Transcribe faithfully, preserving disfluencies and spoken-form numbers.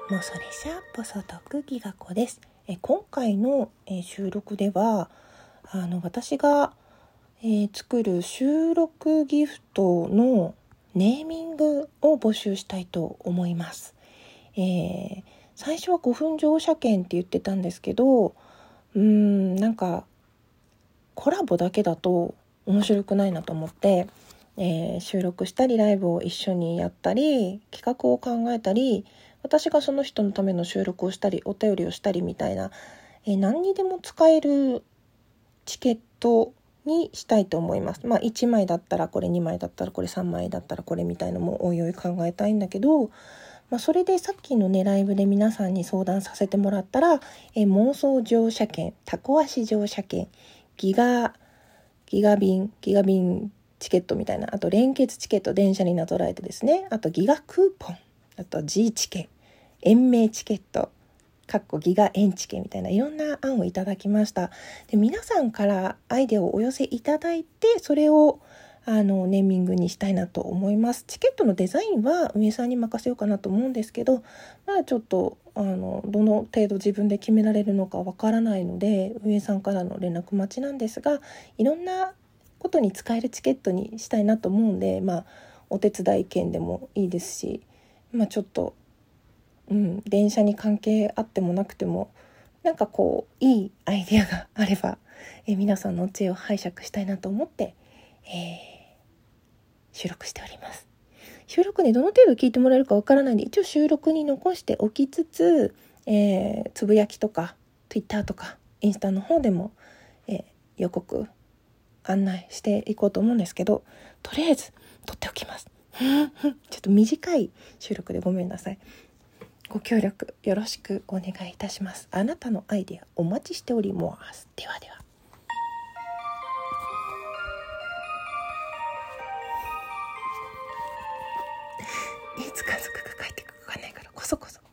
もうそれしゃぽそ特技がこです。え今回の、えー収録ではあの私が、えー作る収録ギフトのネーミングを募集したいと思います。えー最初はごふん乗車券って言ってたんですけど、うーんなんかコラボだけだと面白くないなと思って、えー収録したりライブを一緒にやったり企画を考えたり、私がその人のための収録をしたりお便りをしたりみたいな、えー何にでも使えるチケットにしたいと思います。まあいちまいだったらこれ、にまいだったらこれ、さんまいだったらこれみたいのもおいおい考えたいんだけど、まあ、それでさっきのねライブで皆さんに相談させてもらったら、えー妄想乗車券、タコ足乗車券、ギガギガ便ギガ便チケットみたいな、あと連結チケット、電車になぞらえてですね、あとギガクーポン、あと G チケ、延命チケット、かっこギガ円チケみたいな、いろんな案をいただきました。で皆さんからアイデアをお寄せいただいて、それをあのネーミングにしたいなと思います。チケットのデザインは運営さんに任せようかなと思うんですけど、まだちょっとあのどの程度自分で決められるのかわからないので、運営さんからの連絡待ちなんですが、いろんなことに使えるチケットにしたいなと思うんで、まあお手伝い券でもいいですし、まあちょっとうん、電車に関係あってもなくても、なんかこういいアイデアがあれば、え皆さんのお知恵を拝借したいなと思って、えー収録しております。収録ね、どの程度聞いてもらえるかわからないんで、一応収録に残しておきつつ、えーつぶやきとか Twitter とかインスタの方でも、えー予告案内していこうと思うんですけど、とりあえず撮っておきます。ちょっと短い収録でごめんなさい。ご協力よろしくお願いいたします。あなたのアイデアお待ちしております。ではでは。いつ家族が帰ってくるかわかんないから、こそこそ